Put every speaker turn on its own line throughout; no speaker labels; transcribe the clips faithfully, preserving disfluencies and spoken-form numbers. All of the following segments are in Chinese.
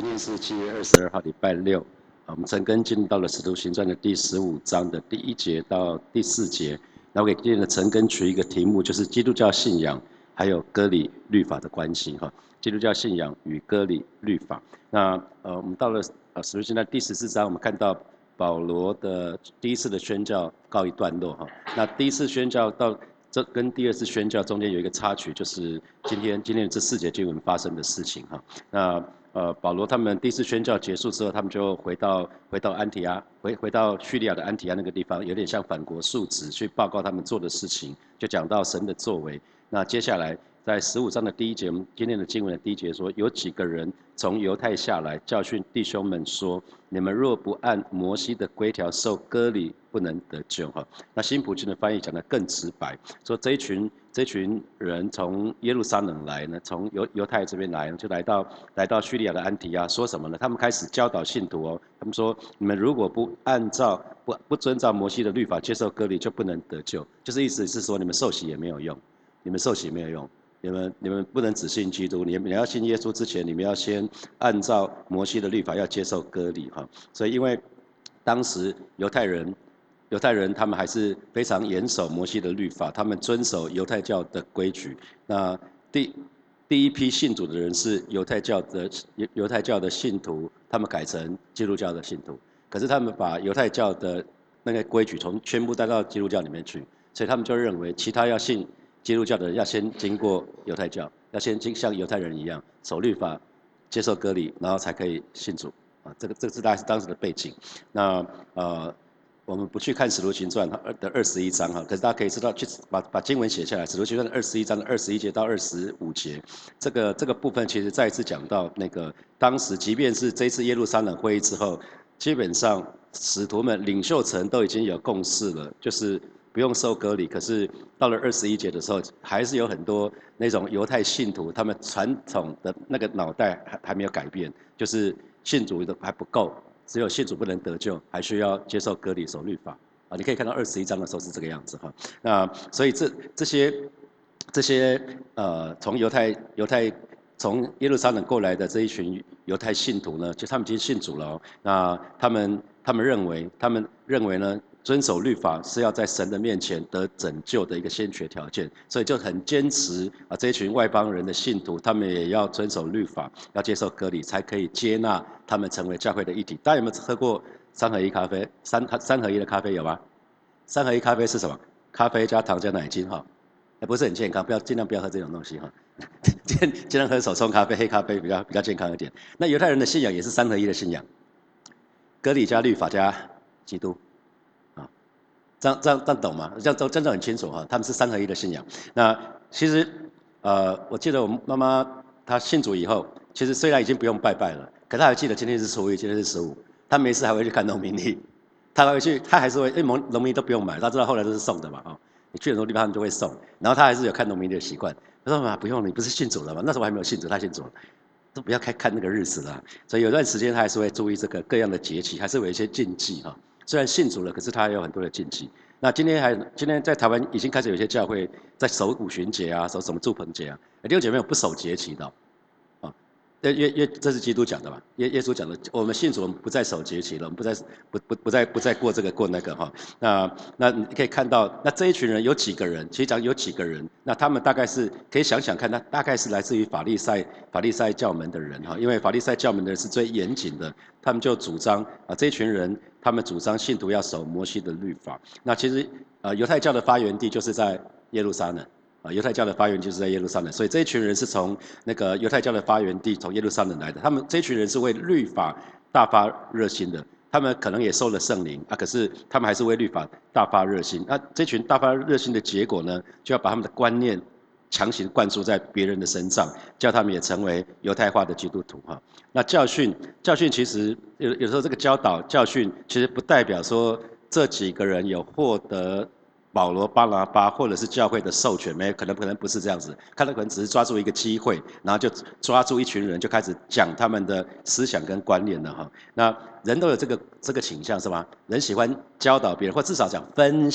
天是七月二十二号，礼拜六。我们陈根进入到了《使徒行传》的第十五章的第一节到第四节。然后给今天的陈根取一个题目，就是基督教信仰还有割礼律法的关系。哈，基督教信仰与割礼律法。那呃，我们到了呃《使徒行传》第十四章，我们看到保罗的第一次的宣教告一段落。哈，那第一次宣教到这跟第二次宣教中间有一个插曲，就是今天今天这四节经文发生的事情。哈，那。呃，保罗他们第一次宣教结束之后，他们就回到回到安提阿，回回到叙利亚的安提阿那个地方，有点像反国述职，去报告他们做的事情，就讲到神的作为。那接下来在十五章的第一节，我们今天的经文的第一节说，有几个人从犹太下来，教训弟兄们说：你们若不按摩西的规条受割礼，不能得救。哈，那新普京的翻译讲得更直白，说这一群。这群人从耶路撒冷来呢，从犹犹太这边来，就来到来到叙利亚的安提阿，说什么呢？他们开始教导信徒哦，他们说：你们如果不按照不不遵照摩西的律法接受割礼，就不能得救。就是意思是说，你们受洗也没有用，你们受洗没有用，你们你们不能只信基督，你们你要信耶稣之前，你们要先按照摩西的律法要接受割礼哈。所以因为当时犹太人。犹太人他们还是非常严守摩西的律法，他们遵守犹太教的规矩。那第第一批信主的人是犹太教的犹犹太教的信徒，他们改成基督教的信徒。可是他们把犹太教的那个规矩从全部带到基督教里面去，所以他们就认为其他要信基督教的人要先经过犹太教，要先经像犹太人一样守律法、接受割礼，然后才可以信主。啊，这个这个是大概是当时的背景。那呃。我们不去看《使徒行传》的二十一章哈，可是大家可以知道，去把把经文写下来，《使徒行传》的二十一章的二十一节到二十五节，这个这个部分其实再一次讲到那个当时，即便是这次耶路撒冷会议之后，基本上使徒们领袖层都已经有共识了，就是不用受割礼。可是到了二十一节的时候，还是有很多那种犹太信徒，他们传统的那个脑袋还还没有改变，就是信主的还不够。只有信主不能得救，还需要接受割礼守律法啊！你可以看到二十一章的时候是这个样子哈。那所以这这些这些呃从犹太犹太从耶路撒冷过来的这一群犹太信徒呢，就他们已经信主了哦。那他们他们认为他们认为呢，遵守律法是要在神的面前得拯救的一个先决条件，所以就很坚持啊，这一群外邦人的信徒，他们也要遵守律法，要接受割礼，才可以接纳他们成为教会的一体。大家有没有喝过三合一咖啡？三三合一的咖啡有吗？三合一咖啡是什么？咖啡加糖加奶精哈，也不是很健康，不要尽量不要喝这种东西哈。尽尽量喝手冲咖啡、黑咖啡比较比较健康一点。那犹太人的信仰也是三合一的信仰，割礼加律法加基督。这样这样这样懂吗？这样都真的很清楚哈，他们是三合一的信仰。那其实，呃，我记得我妈妈她信主以后，其实虽然已经不用拜拜了，可她还记得今天是初一，今天是十五，她没事还会去看农民历，她还会去，她还是会，因为农农民历都不用买，她知道后来都是送的嘛，哦，你去很多地方他们就会送，然后她还是有看农民历的习惯。她说妈不用，你不是信主了吗？那时候我还没有信主，她信主了。都不要看看那个日子了，所以有段时间他还是会注意这个各样的节气，还是有一些禁忌哈。虽然信主了，可是他还有很多的禁忌。那今天还今天在台湾已经开始有些教会在守五旬节啊，守什么祝棚节啊，弟兄姐妹有不守节期的，啊，耶耶耶，这是基督讲的嘛？耶耶稣讲的，我们信主，我们不再守节期了，我们不再不不不再不再过这个过那个哈。那那你可以看到，那这一群人有几个人？其实讲有几个人，那他们大概是可以想想看，他大概是来自于法利赛法利赛教门的人哈，因为法利赛教门的人是最严谨的，他们就主张啊，这一群人他们主张信徒要守摩西的律法。那其实呃犹太教的发源地就是在耶路撒冷。啊，犹太教的发源就是在耶路撒冷，所以这一群人是从那个犹太教的发源地从耶路撒冷来的。他们这一群人是为律法大发热心的，他们可能也受了圣灵啊，可是他们还是为律法大发热心。那这群大发热心的结果呢，就要把他们的观念强行灌输在别人的身上，叫他们也成为犹太化的基督徒哈。那教训教训其实有有时候这个教导教训其实不代表说这几个人有获得保罗、巴拿巴或者是教会的授权，没可能可能不是这样子，看他可能只是抓住一个机会，然后就抓住一群人就开始讲他们的思想跟观念了哈。那人都有这个这个倾向是吧？人喜欢教导别人，或至少讲分享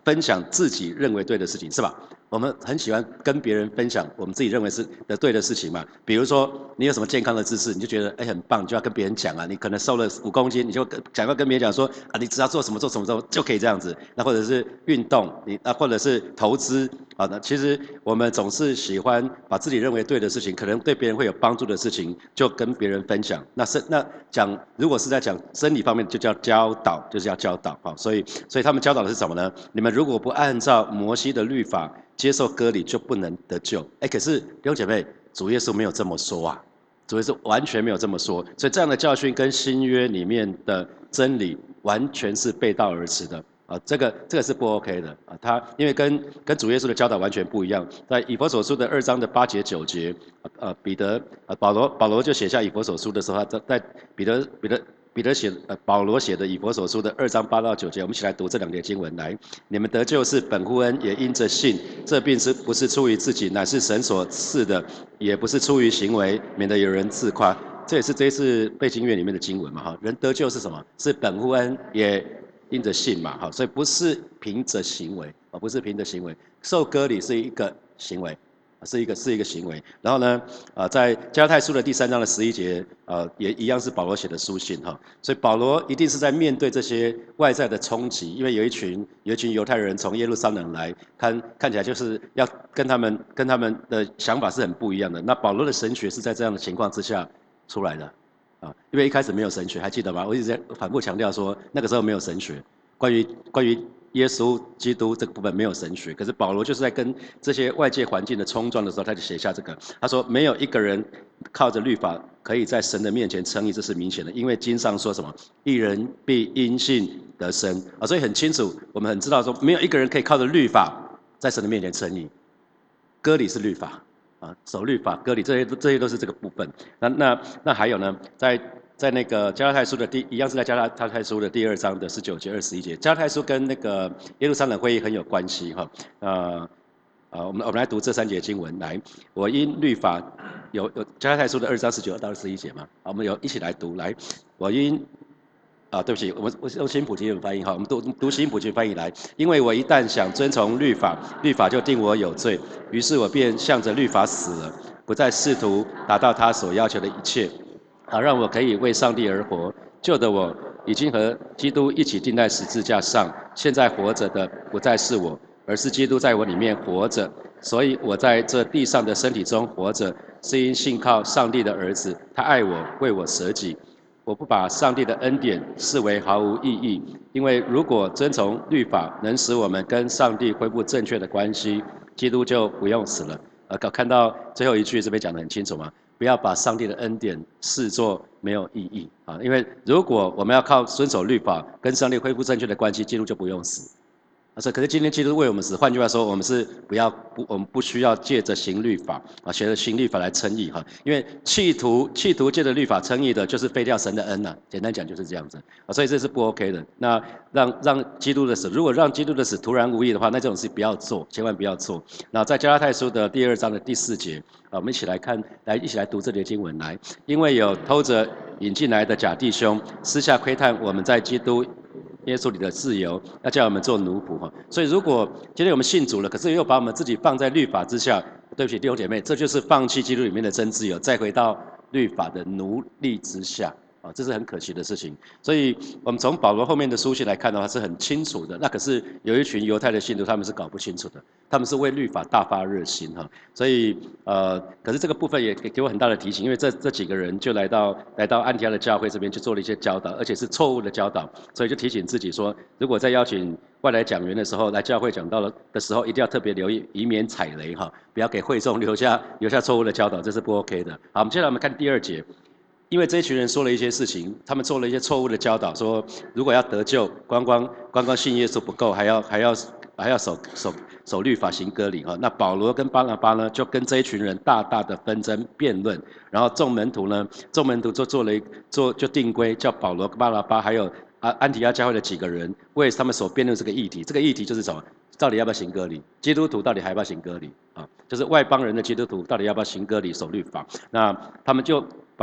分享自己认为对的事情，是吧？我们很喜欢跟别人分享我们自己认为是的对的事情嘛。比如说，你有什么健康的知识，你就觉得哎很棒，你就要跟别人讲啊。你可能瘦了五公斤，你就跟想要跟别人讲说啊，你只要做什么做什么做就可以这样子。那或者是运动，你啊或者是投资啊，那其实我们总是喜欢把自己认为对的事情，可能对别人会有帮助的事情，就跟别人分享。那是那讲，如果是在讲真理方面，就叫教导，就是要教导啊。所以所以他们教导的是什么呢？你们如果不按照摩西的律法接受割礼，就不能得救。哎，可是弟兄姐妹，主耶稣没有这么说啊，主耶稣完全没有这么说。所以这样的教训跟新约里面的真理完全是背道而驰的。啊，这个这个是不 OK 的啊，他因为跟跟主耶稣的教导完全不一样，在以弗所书的二章的八节九节，呃，彼得呃保罗保罗就写下以弗所书的时候，他在在彼得彼得彼得写呃保罗写的以弗所书的二章八到九节，我们一起来读这两节经文来。你们得救是本乎恩，也因着信，这并是不是出于自己，乃是神所赐的，也不是出于行为，免得有人自夸。这也是这一次背经院里面的经文嘛，哈，人得救是什么？是本乎恩，也因着信嘛，哈，所以不是凭着行为，啊，不是凭着行为，受割礼是一个行为，是一个是一个行为。然后呢，呃，在加拉太书的第三章的十一节，呃，也一样是保罗写的书信，哈，所以保罗一定是在面对这些外在的冲击，因为有一群有一群犹太人从耶路撒冷来，看看起来就是要跟他们跟他们的想法是很不一样的。那保罗的神学是在这样的情况之下出来的。啊，因为一开始没有神学，还记得吗？我一直在反复强调说，那个时候没有神学，关于关于耶稣基督这个部分没有神学。可是保罗就是在跟这些外界环境的冲撞的时候，他就写下这个，他说没有一个人靠着律法可以在神的面前称义，这是明显的，因为经上说什么，一人必因信得生啊，所以很清楚，我们很知道说，没有一个人可以靠着律法在神的面前称义，割礼是律法。啊，守律法、割礼这些这些都是这个部分。那那那还有呢，在在那个加拉太书的第一样是在加拉太书的第二章的十九节、二十一节。加拉太书跟那个耶路撒冷会议很有关系哈。呃呃，我们我们来读这三节经文来。我因律法有有加拉太书的二章十九到二十一节嘛，好，我们有一起来读来。我因啊，对不起，我们我用新普京翻译哈，我们读读新普京翻译来。因为我一旦想遵从律法，律法就定我有罪，于是我便向着律法死了，不再试图达到他所要求的一切，好让我可以为上帝而活。旧的我已经和基督一起钉在十字架上，现在活着的不再是我，而是基督在我里面活着。所以我在这地上的身体中活着，是因信靠上帝的儿子，他爱我，为我舍己。我不把上帝的恩典视为毫无意义，因为如果遵从律法能使我们跟上帝恢复正确的关系，基督就不用死了。呃，看到最后一句这边讲得很清楚嘛，不要把上帝的恩典视作没有意义啊，因为如果我们要靠遵守律法跟上帝恢复正确的关系，基督就不用死。啊，是，可是今天基督为我们死，换句话说，我们是不要不，我们不需要借着行律法啊，学着行律法来称义哈，因为企图企图借着律法称义的，就是废掉神的恩呐、啊。简单讲就是这样子啊，所以这是不 OK 的。那让让基督的死，如果让基督的死突然无益的话，那这种事不要做，千万不要做。那在加拉太书的第二章的第四节啊，我们一起来看，来一起来读这节经文来，因为有偷着引进来的假弟兄，私下窥探我们在基督耶稣里的自由，要叫我们做奴仆哈。所以如果今天我们信主了，可是又把我们自己放在律法之下，对不起弟兄姐妹，这就是放弃基督里面的真自由，再回到律法的奴隶之下。啊，这是很可惜的事情。所以，我们从保罗后面的书信来看的话，是很清楚的。那可是有一群犹太的信徒，他们是搞不清楚的，他们是为律法大发热心哈。所以，呃，可是这个部分也给给我很大的提醒，因为这这几个人就来到来到安提阿的教会这边去做了一些教导，而且是错误的教导，所以就提醒自己说，如果在邀请外来讲员的时候，来教会讲到了的时候，一定要特别留意，以免踩雷哈，不要给会众留下留下错误的教导，这是不 OK 的。好，我们接下来我们看第二节。因为这一群人说了一些事情，他们做了一些错误的教导，说如果要得救，光光光光信耶稣不够，还要还要还要守守守律法行割礼哈。那保罗跟巴拿巴呢，就跟这一群人大大的纷争辩论，然后众门徒呢，众门徒就做了一做就定规，叫保罗、巴拿巴还有安安提阿教会的几个人为他们所辩论这个议题。这个议题就是什么？到底要不要行割礼？基督徒到底还要不要行割礼？啊，就是外邦人的基督徒到底要不要行割礼、守律法？那他们就把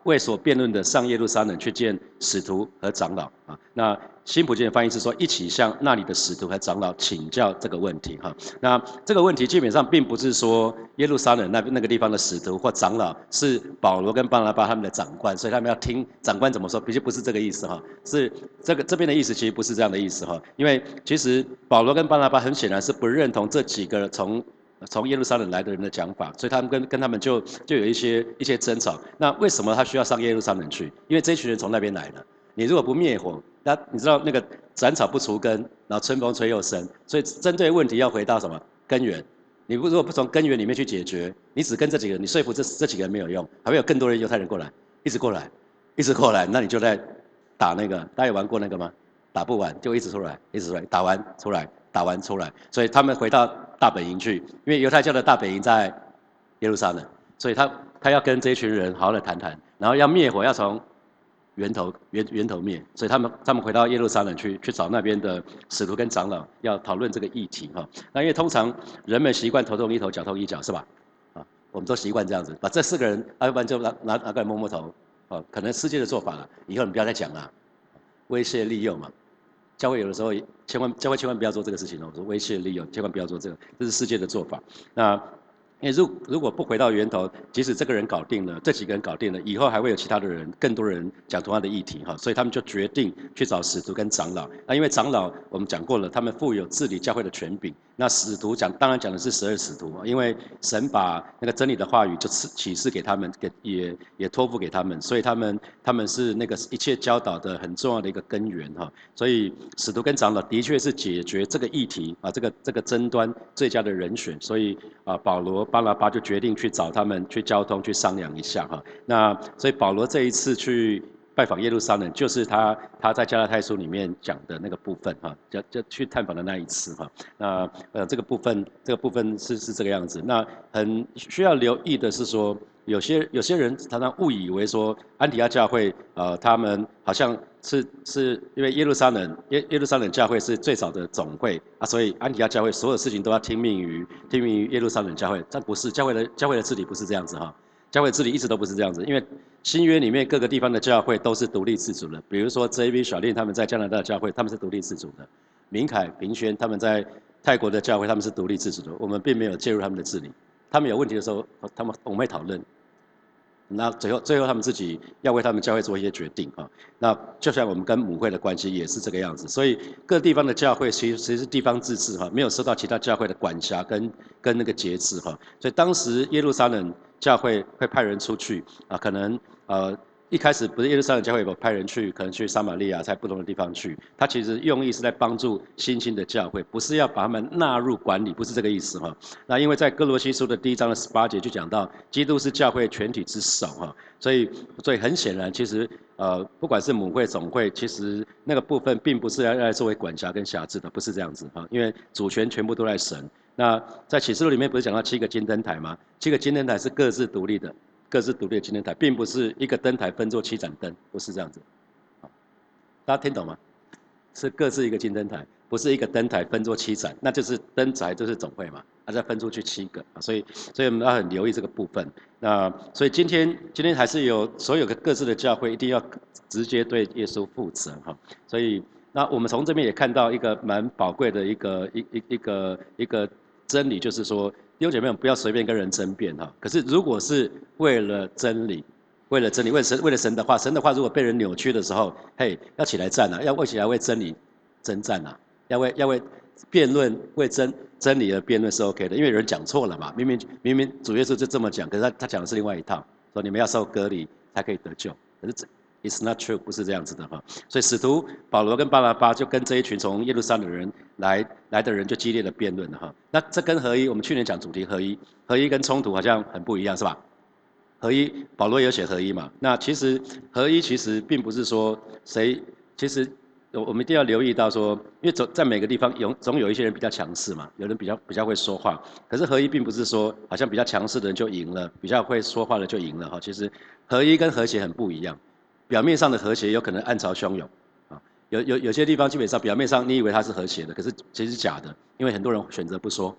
为所辩论的上耶路撒冷去见使徒和长老啊。那新普京的翻译是说，一起向那里的使徒和长老请教这个问题哈。那这个问题基本上并不是说耶路撒冷那那个地方的使徒或长老是保罗跟巴拿巴他们的长官，所以他们要听长官怎么说，其实不是这个意思哈。是这个这边的意思其实不是这样的意思哈，因为其实保罗跟巴拿巴很显然是不认同这几个从从耶路撒冷来的人的讲法，所以他们跟跟他们就就有一些一些争吵。那为什么他需要上耶路撒冷去？因为这群人从那边来的。你如果不灭火，那你知道那个斩草不除根，然后春风吹又生，所以针对问题要回到什么根源？你不如果不从根源里面去解决，你只跟这几个人，你说服这这几个人没有用，还会有更多的犹太人过来，一直过来，一直过来，那你就在打那个，大家有玩过那个吗？打不完就一直出来，一直出来，打完出来，打完出来，所以他们回到大本营去，因为犹太教的大本营在耶路撒冷，所以他他要跟这一群人好好的谈谈，然后要灭火，要从源头源源头灭，所以他们他们回到耶路撒冷去去找那边的使徒跟长老，要讨论这个议题哈。那因为通常人们习惯头痛医头，脚痛医脚是吧？啊，我们都习惯这样子，把这四个人，要不然就拿拿拿过来摸摸头，哦，可能世界的做法了，以后你不要再讲了，威胁利诱嘛。教会有的时候千万教会千万不要做这个事情哦，我说威胁利诱，千万不要做这个，这是世界的做法。那因为如如果不回到源头，即使这个人搞定了，这几个人搞定了，以后还会有其他的人，更多人讲同样的议题哈，所以他们就决定去找使徒跟长老。那因为长老我们讲过了，他们负有治理教会的权柄。那使徒讲当然讲的是十二使徒，因为神把那个真理的话语就启示给他们，给也也托付给他们，所以他们他们是那个一切教导的很重要的一个根源哈。所以使徒跟长老的确是解决这个议题啊，这个这个争端最佳的人选。所以啊，保罗巴拿巴就决定去找他们去交通去商量一下哈。那所以保罗这一次去拜访耶路撒冷，就是他他在加拉太书里面讲的那个部分哈，就就去探访的那一次哈。那呃这个部分这个部分是是这个样子。那很需要留意的是说，有些有些人常常误以为说安提阿教会呃他们好像是是因为耶路撒冷耶耶路撒冷教会是最早的总会啊，所以安提阿教会所有事情都要听命于听命于耶路撒冷教会，但不是教会的教会的治理不是这样子哈。教会治理一直都不是这样子，因为新约里面各个地方的教会都是独立自主的。比如说 J V 小令他们在加拿大的教会，他们是独立自主的；明凯、平轩他们在泰国的教会，他们是独立自主的。我们并没有介入他们的治理。他们有问题的时候，他们我们会讨论。那最后最后他们自己要为他们教会做一些决定啊。那就像我们跟母会的关系也是这个样子，所以各地方的教会其实其实是地方自治哈，没有受到其他教会的管辖跟跟那个节制哈。所以当时耶路撒冷教会会派人出去啊，可能呃一开始不是耶路撒冷教会有派人去，可能去撒玛利亚，在不同的地方去。他其实用意是在帮助新兴的教会，不是要把他们纳入管理，不是这个意思哈。那因为在哥罗西书的第一章的十八节就讲到，基督是教会全体之首哈，所以所以很显然，其实呃不管是母会总会，其实那个部分并不是要来作为管辖跟辖制的，不是这样子哈，因为主权全部都在神。那在启示录里面不是讲到七个金灯台吗？七个金灯台是各自独立的。各自独立的金灯台，并不是一个灯台分作七盏灯，不是这样子。大家听懂吗？是各自一个金灯台，不是一个灯台分作七盏，那就是灯台就是总会嘛，它再分出去七个，所以所以我们要很留意这个部分。那所以今天今天还是有所有的各自的教会一定要直接对耶稣负责哈。所以那我们从这边也看到一个蛮宝贵的一个一一一个一个真理，就是说。弟兄姐妹们，不要随便跟人争辩哈。可是，如果是为了真理，为了真理，为了神，为了神的话，神的话如果被人扭曲的时候，嘿，要起来战啊，要为起来为真理征战啊，要为要为辩论，为真真理而辩论是 OK 的，因为有人讲错了嘛。明明明明主耶稣就这么讲，可是他他讲的是另外一套，说你们要受割礼才可以得救。可是这 It's not true， 不是这样子的哈。所以使徒保罗跟巴拿巴就跟这一群从耶路撒冷人来来的人就激烈的辩论了哈。那这跟合一，我们去年讲主题合一，合一跟冲突好像很不一样是吧？合一，保罗有写合一嘛？那其实合一其实并不是说谁，其实我们一定要留意到说，因为总在每个地方有总有一些人比较强势嘛，有人比较比较会说话。可是合一并不是说好像比较强势的人就赢了，比较会说话的就赢了哈。其实合一跟和谐很不一样。表面上的和谐有可能暗潮汹涌，啊，有有有些地方基本上表面上你以为它是和谐的，可是其实是假的，因为很多人选择不说，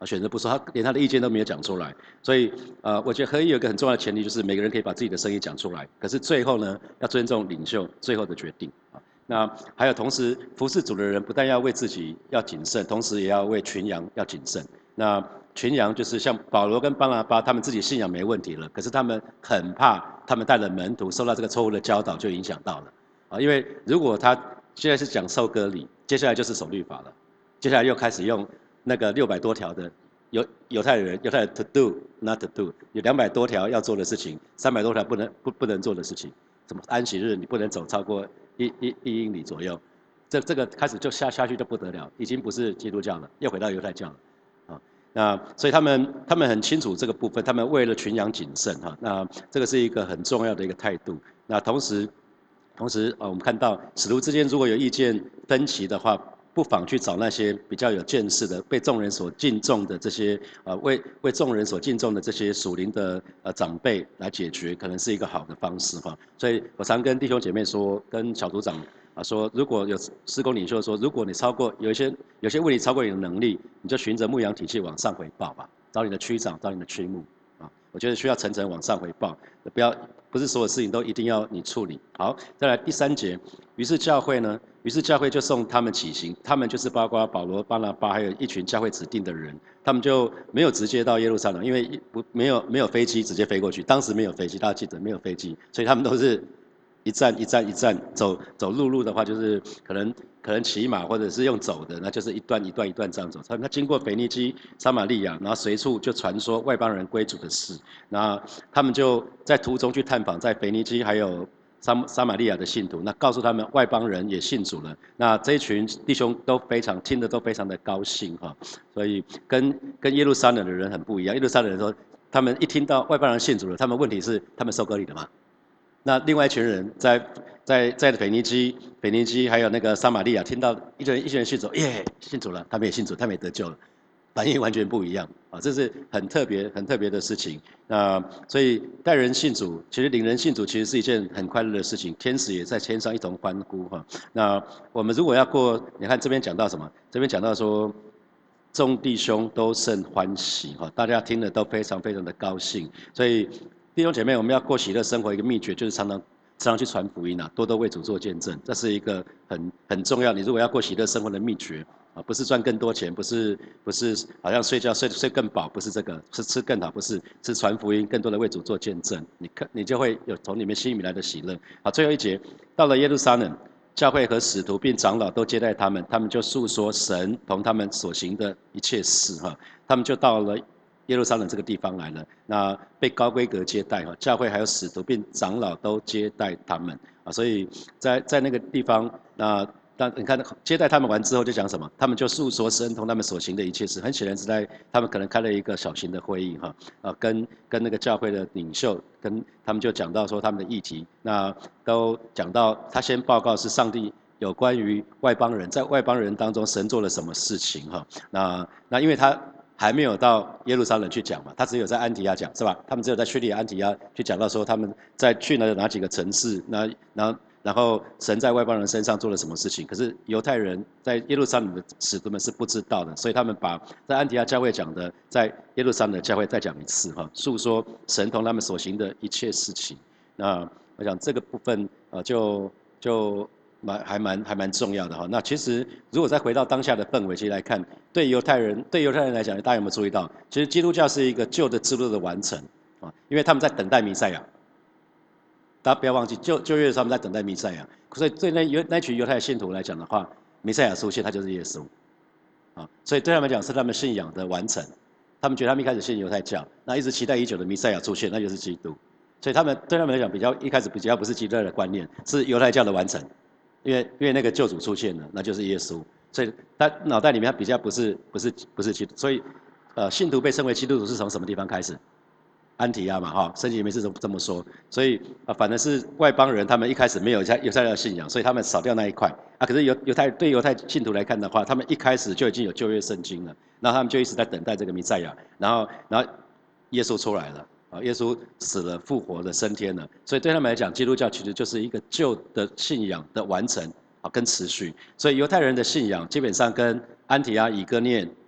啊，选择不说，他连他的意见都没有讲出来。所以，呃，我觉得合一有一个很重要的前提，就是每个人可以把自己的声音讲出来。可是最后呢，要尊重领袖最后的决定啊。那还有同时，服侍主的人不但要为自己要谨慎，同时也要为群羊要谨慎。那群羊就是像保罗跟巴拿巴，他们自己信仰没问题了，可是他们很怕他们带的门徒受到这个错误的教导，就影响到了啊。因为如果他现在是讲受割礼，接下来就是守律法了，接下来又开始用那个六百多条的犹犹太人犹太人 to do not to do， 有两百多条要做的事情，三百多条不能不不能做的事情，什么安息日你不能走超过一一一英里左右，这这个开始就下下去就不得了，已经不是基督教了，又回到犹太教了。那所以他们他们很清楚这个部分，他们为了群羊谨慎哈，那这个是一个很重要的一个态度。那同时，同时呃，我们看到使徒之间如果有意见分歧的话，不妨去找那些比较有见识的、被众人所敬重的这些呃为为众人所敬重的这些属灵的呃长辈来解决，可能是一个好的方式哈。所以我常跟弟兄姐妹说，跟小组长。啊，说如果有施工领袖说，如果你超过有一些有些问题超过你的能力，你就循着牧羊体系往上回报吧，找你的区长，找你的区牧啊。我觉得需要层层往上回报，不要不是所有事情都一定要你处理。好，再来第三节，于是教会呢，于是教会就送他们起行，他们就是包括保罗、巴拿巴，还有一群教会指定的人，他们就没有直接到耶路撒冷，因为不没有没有飞机直接飞过去，当时没有飞机，大家记得没有飞机，所以他们都是。一站一站一站走走陆路的话，就是可能可能骑马或者是用走的，那就是一段一段一段这样走。他经过腓尼基、撒玛利亚，然后随处就传说外邦人归主的事。那他们就在途中去探访在腓尼基还有撒撒玛利亚的信徒，那告诉他们外邦人也信主了。那这一群弟兄都非常听得都非常的高兴哈，所以跟跟耶路撒冷的人很不一样。耶路撒冷人说，他们一听到外邦人信主了，他们问题是他们受割礼了吗？那另外一群人在在在腓尼基、腓尼基还有那个撒玛利亚，听到一群人一群人信主，耶，信主了，他们也信主，他们也得救了，反应完全不一样啊，这是很特别、很特别的事情。那所以带人信主，其实领人信主，其实是一件很快乐的事情，天使也在天上一同欢呼哈。那我们如果要过，你看这边讲到什么？这边讲到说，众弟兄都甚欢喜哈，大家听了都非常非常的高兴，所以。弟兄姐妹，我们要过喜乐生活，一个秘诀就是常常常常去传福音啊，多多为主做见证，这是一个很很重要。你如果要过喜乐生活的秘诀啊，不是赚更多钱，不是不是好像睡觉睡睡更饱，不是这个，是吃更好，不是是传福音，更多的为主做见证，你看你就会有从里面吸引来的喜乐。好，最后一节到了耶路撒冷，教会和使徒并长老都接待他们，他们就述说神同他们所行的一切事哈，他们就到了。耶路撒冷这个地方来了，那被高规格接待哈，教会还有使徒并长老都接待他们啊，所以在在那个地方，那那你看接待他们完之后就讲什么？他们就诉说神同他们所行的一切事，很显然是在他们可能开了一个小型的会议哈，啊跟跟那个教会的领袖跟他们就讲到说他们的议题，那都讲到他先报告是上帝有关于外邦人在外邦人当中神做了什么事情哈，那那因为他。还没有到耶路撒冷去讲嘛，他只有在安提亚讲，是吧？他们只有在叙利亚安提亚去讲到说他们在去了哪几个城市，那然后然后神在外邦人身上做了什么事情。可是犹太人在耶路撒冷的使徒们是不知道的，所以他们把在安提亚教会讲的，在耶路撒冷的教会再讲一次哈，述说神同他们所行的一切事情。那我想这个部分呃就就。蛮还蛮还蛮重要的哈。那其实如果再回到当下的氛围，其实来看，对犹太人对犹太人来讲，大家有没有注意到？其实基督教是一个旧的制度的完成啊，因为他们在等待弥赛亚。大家不要忘记，旧旧约的时候他们在等待弥赛亚，所以对那犹那群犹太信徒来讲的话，弥赛亚出现，他就是耶稣啊。所以对他们来讲是他们信仰的完成。他们觉得他们一开始信犹太教，那一直期待已久的弥赛亚出现，那就是基督。所以他们对他们来讲，比较一开始比较不是基督教的观念，是犹太教的完成。因为因为那个救主出现了，那就是耶稣，所以他脑袋里面他比较不是不是不是基督，所以呃信徒被称为基督徒是从什么地方开始？安提亚嘛哈，圣经里面是这么说，所以啊反正是外邦人他们一开始没有犹太犹太的信仰，所以他们少掉那一块啊。可是犹犹太对犹太信徒来看的话，他们一开始就已经有旧约圣经了，然后他们就一直在等待这个弥赛亚，然后然后耶稣出来了。啊，耶稣死了、复活了、升天了，所以对他们来讲，基督教其实就是一个旧的信仰的完成啊，跟持续。所以犹太人的信仰基本上跟安提阿、以哥念、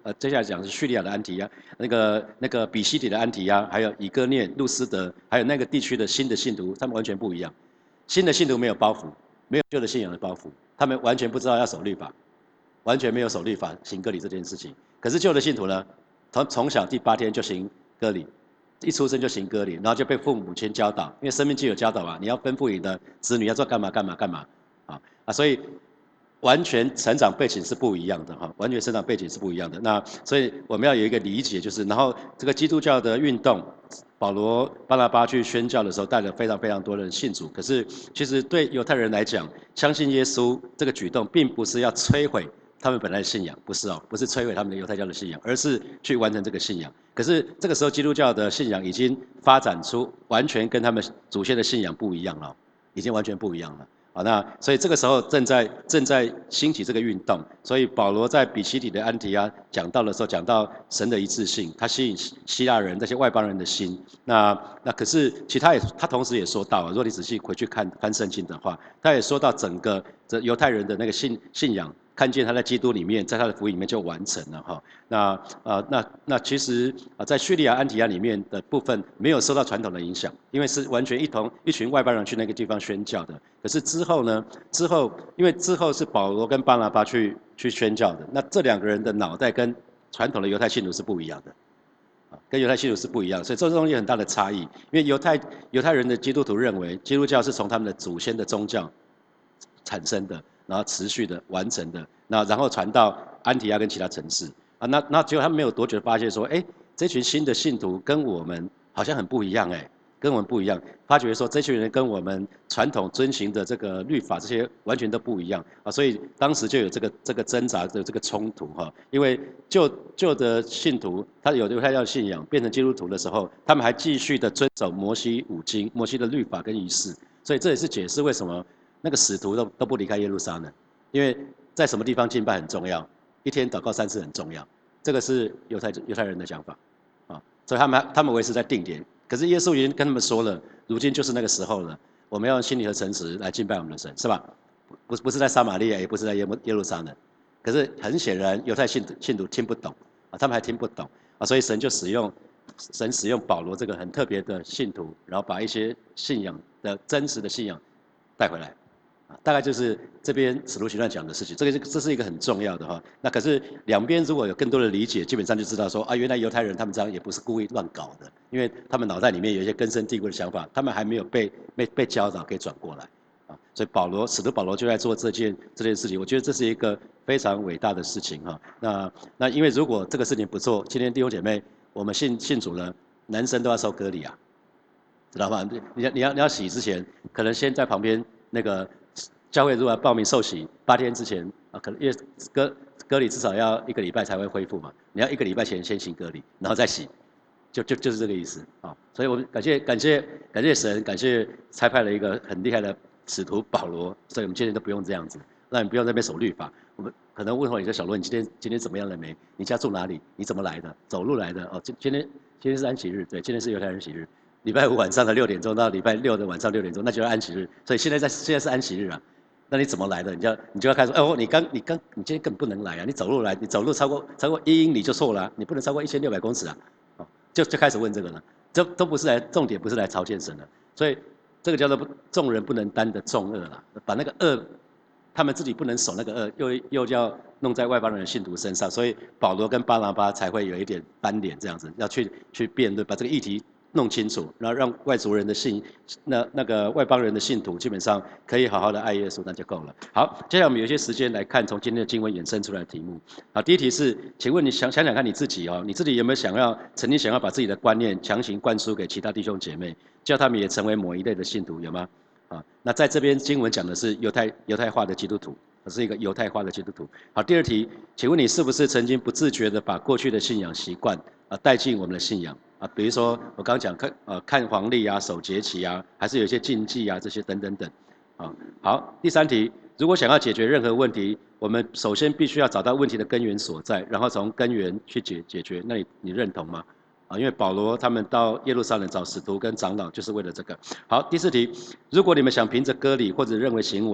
呃，接下来讲是叙利亚的安提亚，那个那个比西底的安提亚，还有以哥念、路斯德，还有那个地区的新的信徒，他们完全不一样。新的信徒没有包袱，没有旧的信仰的包袱，他们完全不知道要守律法，完全没有守律法行割礼这件事情。可是旧的信徒呢，从从小第八天就行割礼，一出生就行割礼，然后就被父母亲教导，因为生命记有教导嘛，你要吩咐你的子女要做干嘛干嘛干嘛，啊啊，所以完全成长背景是不一样的哈，完全成长背景是不一样的。那所以我们要有一个理解，就是然后这个基督教的运动，保罗巴拿巴去宣教的时候，带了非常非常多人信主。可是其实对犹太人来讲，相信耶稣这个举动，并不是要摧毁他们本来的信仰，不是哦，不是摧毁他们的犹太教的信仰，而是去完成这个信仰。可是这个时候，基督教的信仰已经发展出完全跟他们祖先的信仰不一样了，已经完全不一样了。好，那所以这个时候正在正在兴起这个运动，所以保罗在比西底的安提阿讲到的时候，讲到神的一致性，他吸引希腊人这些外邦人的心。那那可是其他也他同时也说到，如果你仔细回去看翻圣经的话，他也说到整个这犹太人的那个信信仰。看见他在基督里面，在他的福音里面就完成了哈。那呃那那其实啊，在叙利亚安提亚里面的部分没有受到传统的影响，因为是完全一同一群外邦人去那个地方宣教的。可是之后呢，之后因为之后是保罗跟巴拿巴去去宣教的，那这两个人的脑袋跟传统的犹太信徒是不一样的。跟犹太信徒是不一样，所以这东西有很大的差异。因为犹太犹太人的基督徒认为，基督教是从他们的祖先的宗教产生的，然后持续的完成的，那然后传到安提亚跟其他城市啊，那那结果他们没有多久发现说，哎，这群新的信徒跟我们好像很不一样哎，跟我们不一样，发觉说这群人跟我们传统遵循的这个律法这些完全都不一样啊，所以当时就有这个这个挣扎的这个冲突哈，因为旧旧的信徒他有犹太教信仰变成基督徒的时候，他们还继续的遵守摩西五经、摩西的律法跟仪式，所以这也是解释为什么。那个使徒都都不离开耶路撒冷，因为在什么地方敬拜很重要，一天祷告三次很重要，这个是犹太犹太人的想法，啊，所以他们他们维持在定点。可是耶稣已经跟他们说了，如今就是那个时候了，我们要用心灵和诚实来敬拜我们的神，是吧？不不是在撒玛利亚，也不是在耶耶路撒冷。可是很显然，犹太信徒信徒听不懂啊，他们还听不懂啊，所以神就使用神使用保罗这个很特别的信徒，然后把一些信仰的真实的信仰带回来。大概就是这边使徒行传讲的事情，这个这是一个很重要的哈。那可是两边如果有更多的理解，基本上就知道说啊，原来犹太人他们这样也不是故意乱搞的，因为他们脑袋里面有一些根深蒂固的想法，他们还没有被被被教导可以转过来啊。所以保罗使徒保罗就在做这件这件事情，我觉得这是一个非常伟大的事情哈。那那因为如果这个事情不做，今天弟兄姐妹我们信信主了，男生都要受割礼啊，知道吗？你要你要你要洗之前，可能先在旁边那个。教会如果要报名受洗，八天之前啊，可能因为割割礼至少要一个礼拜才会恢复嘛，你要一个礼拜前先行割礼，然后再洗，就就就是这个意思啊。所以我们感谢感谢感谢神，感谢差派了一个很厉害的使徒保罗，所以我们今天都不用这样子，那你不用在那边守律法。我们可能问候你说小罗，你今天今天怎么样了没？你家住哪里？你怎么来的？走路来的？哦，今今天今天是安息日，对，今天是犹太人喜日。礼拜五晚上的六点钟到礼拜六的晚上六点钟，那就是安息日。所以现在在现在是安息日啊。那你怎么来的？你就要你就要开始说，哦，你刚你刚你今天根本不能来啊！你走路来，你走路超过超过一英里就错了、啊，你不能超过一千六百公尺啊！哦，就就开始问这个了，这都不是来重点，不是来朝见神的，所以这个叫做众人不能担的重恶啦，把那个恶，他们自己不能守那个恶，又又要弄在外邦人的信徒身上，所以保罗跟巴拿巴才会有一点翻脸这样子，要去去辩论，把这个议题。弄清楚，然后让外族人的信，那那个外邦人的信徒基本上可以好好的爱耶稣，那就够了。好，接下来我们有一些时间来看从今天的经文衍生出来的题目。好，第一题是，请问你想想想看你自己哦，你自己有没有想要曾经想要把自己的观念强行灌输给其他弟兄姐妹，叫他们也成为某一类的信徒，有吗？啊，那在这边经文讲的是犹太犹太化的基督徒，是一个犹太化的基督徒。好，第二题，请问你是不是曾经不自觉的把过去的信仰习惯啊带进我们的信仰？啊，比如说我刚刚讲看呃看黄历啊、守节期啊，还是有一些禁忌啊这些等等等，啊好，第三题，如果想要解决任何问题，我们首先必须要找到问题的根源所在，然后从根源去解解决，那你你认同吗？啊，因为保罗他们到耶路撒冷找使徒跟长老，就是为了这个。好，第四题，如果你们想凭着割礼或者认为行为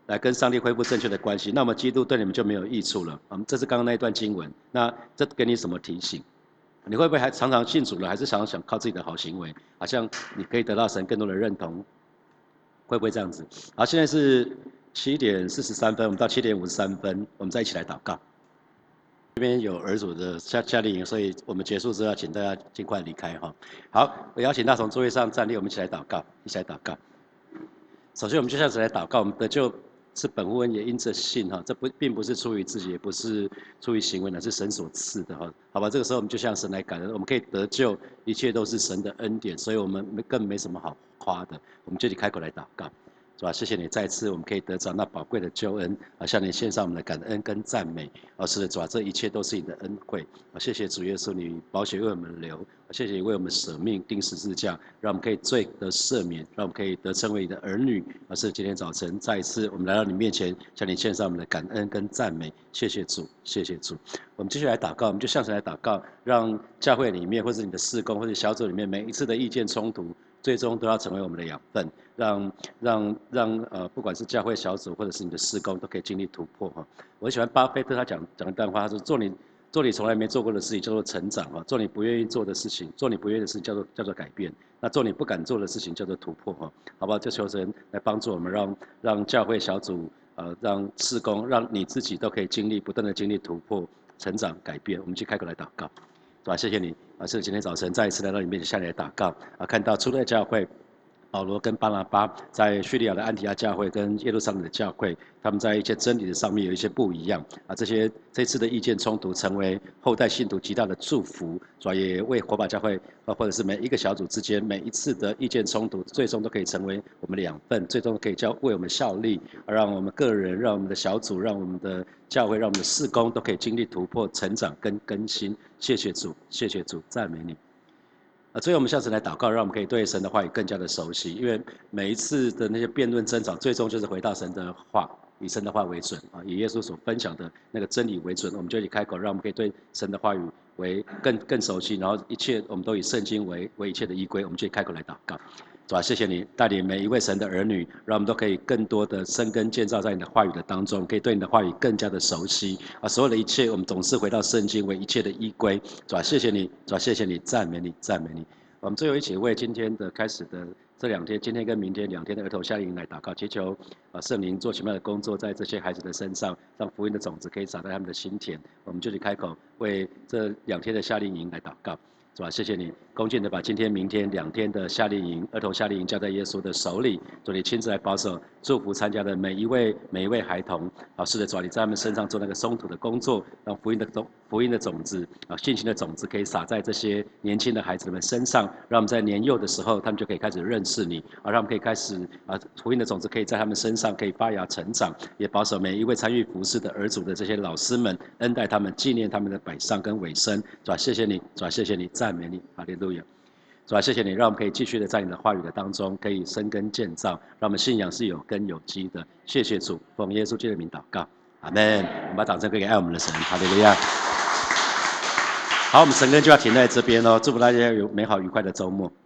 来跟上帝恢复正确的关系，那么基督对你们就没有益处了。嗯，这是刚刚那一段经文。那这给你什么提醒？你会不会还常常信主了，还是常常想靠自己的好行为，好像你可以得到神更多的认同？会不会这样子？好，现在是七点四十三分，我们到七点五十三分，我们再一起来祷告。这边有儿组的夏夏令营，所以我们结束之后要请大家尽快离开哈。好，我邀请大家从座位上站立，我们一起来祷告，一起来祷告。首先，我们就像是来祷告，我们得救是本乎恩，也因着信哈，这不并不是出于自己，也不是出于行为，乃是神所赐的哈。好吧，这个时候我们就向神来感恩，我们可以得救，一切都是神的恩典，所以我们更没什么好夸的，我们就得开口来祷告。是吧？谢谢你再次我们可以得着那宝贵的救恩啊，向你献上我们的感恩跟赞美啊！是的，主啊，这一切都是你的恩惠啊！谢谢主耶稣，你宝血为我们流，谢谢你为我们舍命钉十字架，让我们可以罪得赦免，让我们可以得称为你的儿女。而是今天早晨再一次我们来到你面前，向你献上我们的感恩跟赞美。谢谢主，谢谢主。我们继续来祷告，我们就向神来祷告，让教会里面或者你的事工或者小组里面每一次的意见冲突，最终都要成为我们的养分，让让让呃，不管是教会小组或者是你的事工，都可以经历突破哈。我很喜欢巴菲特他讲讲一段话，他说做你做你从来没做过的事情叫做成长哈，做你不愿意做的事情，做你不愿意的事情叫做叫做改变，那做你不敢做的事情叫做突破哈，好不好？就求神来帮助我们，让让教会小组呃，让事工，让你自己都可以经历不断的经历突破、成长、改变。我们去开口来祷告。是吧？谢谢你啊！是今天早晨再一次来到你面前向你来祷告啊！看到初代教会保罗跟巴拿巴在叙利亚的安提阿教会跟耶路撒冷的教会，他们在一些真理的上面有一些不一样啊。这些这次的意见冲突，成为后代信徒极大的祝福，主要也为火把教会啊，或者是每一个小组之间每一次的意见冲突，最终都可以成为我们的养分，最终可以教为我们效力，让我们个人、让我们的小组、让我们的教会、让我们的事工都可以经历突破、成长跟更新。谢谢主，谢谢主，赞美你。啊，最后我们下次来祷告，让我们可以对神的话语更加的熟悉，因为每一次的那些辩论争吵，最终就是回到神的话，以神的话为准啊，以耶稣所分享的那个真理为准，我们就一起开口，让我们可以对神的话语为更更熟悉，然后一切我们都以圣经为为一切的依归，我们就开口来祷告。主啊，谢谢你带领每一位神的儿女，让我们都可以更多的生根建造在你的话语的当中，可以对你的话语更加的熟悉啊！所有的一切，我们总是回到圣经为一切的依归。主啊，谢谢你，主啊，谢谢你，赞美你，赞美你。我们最后一起为今天的开始的这两天，今天跟明天两天的儿童夏令营来祷告，祈求啊圣灵做奇妙的工作在这些孩子的身上，让福音的种子可以撒在他们的心田。我们就去开口为这两天的夏令营来祷告。主啊，谢谢你恭敬的把今天、明天两天的夏令营、儿童夏令营交在耶稣的手里。主，你亲自来保守、祝福参加的每一位、每一位孩童。啊，是的，主啊，你在他们身上做那个松土的工作，让福音的种、福音的种子啊，信心的种子可以撒在这些年轻的孩子们身上，让我们在年幼的时候，他们就可以开始认识你，啊，让我们可以开始啊，福音的种子可以在他们身上可以发芽成长，也保守每一位参与服事的儿主的这些老师们，恩待他们，纪念他们的百上跟尾声。主啊，谢谢你，主啊，谢谢你。赞美你，哈利路亚！主啊，谢谢你，让我们可以继续的在你的话语的当中，可以生根建造，让我们信仰是有根有基的。谢谢主，奉耶稣基督的名祷告，阿门。我们把掌声归给爱我们的神，哈利路亚！好，我们神根就要停在这边喽，祝福大家有美好愉快的周末。